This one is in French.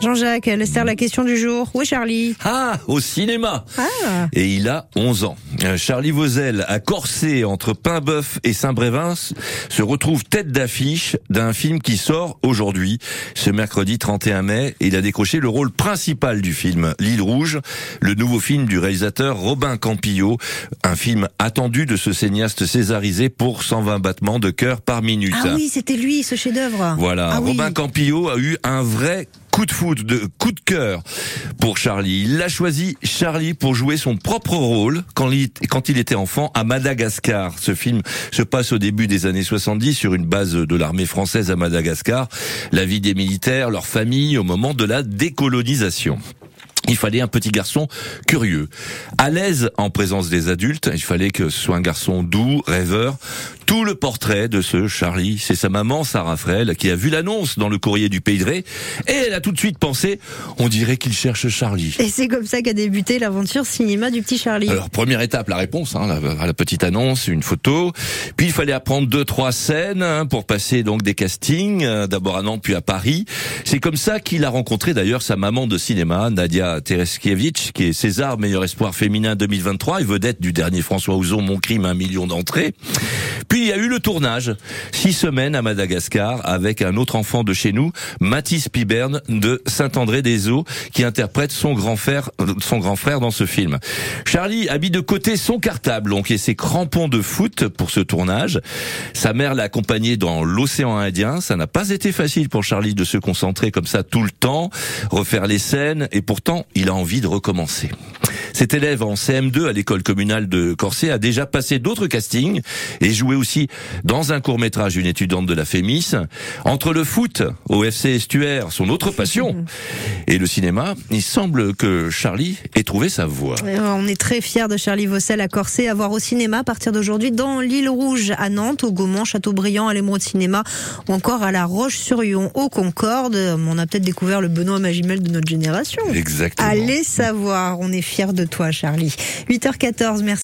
Jean-Jacques, Lester, la question du jour. Où est Charlie? Au cinéma. Et il a 11 ans. Charlie Vauzel, à Corsé, entre Paimboeuf et Saint-Brévin, se retrouve tête d'affiche d'un film qui sort aujourd'hui, ce mercredi 31 mai. Il a décroché le rôle principal du film, L'Île Rouge, le nouveau film du réalisateur Robin Campillo, un film attendu de ce cinéaste césarisé pour 120 battements de cœur par minute. Ah oui, c'était lui, ce chef-d'œuvre. Voilà, Robin Campillo a eu un vrai coup de cœur pour Charlie. Il a choisi Charlie pour jouer son propre rôle quand il était enfant à Madagascar. Ce film se passe au début des années 70 sur une base de l'armée française à Madagascar. La vie des militaires, leur famille au moment de la décolonisation. Il fallait un petit garçon curieux, à l'aise en présence des adultes. Il fallait que ce soit un garçon doux, rêveur. Tout le portrait de ce Charlie, c'est sa maman, Sarah Frel, qui a vu l'annonce dans le courrier du Pays de Ré. Et elle a tout de suite pensé, on dirait qu'il cherche Charlie. Et c'est comme ça qu'a débuté l'aventure cinéma du petit Charlie. Alors, première étape, la réponse, la petite annonce, une photo. Puis il fallait apprendre 2-3 scènes pour passer donc des castings, d'abord à Nantes puis à Paris. C'est comme ça qu'il a rencontré d'ailleurs sa maman de cinéma, Nadia Tereskiewicz, qui est César meilleur espoir féminin 2023 et vedette du dernier François Ozon, Mon crime, 1 million d'entrées. Puis il y a eu le tournage, 6 semaines à Madagascar avec un autre enfant de chez nous, Mathis Piberne de Saint-André-des-Eaux, qui interprète son grand frère dans ce film. Charlie a mis de côté son cartable donc et ses crampons de foot pour ce tournage. Sa mère l'a accompagné dans l'océan Indien. Ça n'a pas été facile pour Charlie de se concentrer comme ça tout le temps, refaire les scènes, et pourtant il a envie de recommencer. Cet élève en CM2 à l'école communale de Corsé a déjà passé d'autres castings et joué aussi dans un court-métrage d'une étudiante de la Fémis. Entre le foot au FC Estuaire, son autre passion, et le cinéma, il semble que Charlie ait trouvé sa voie. On est très fiers de Charlie Vauzel à Corsé, à voir au cinéma à partir d'aujourd'hui dans l'Île Rouge à Nantes, au Gaumont, Châteaubriand, à l'Émeraude Cinéma ou encore à La Roche-sur-Yon au Concorde. On a peut-être découvert le Benoît Magimel de notre génération. Exactement. Allez savoir, on est fiers de toi Charlie. 8h14, merci.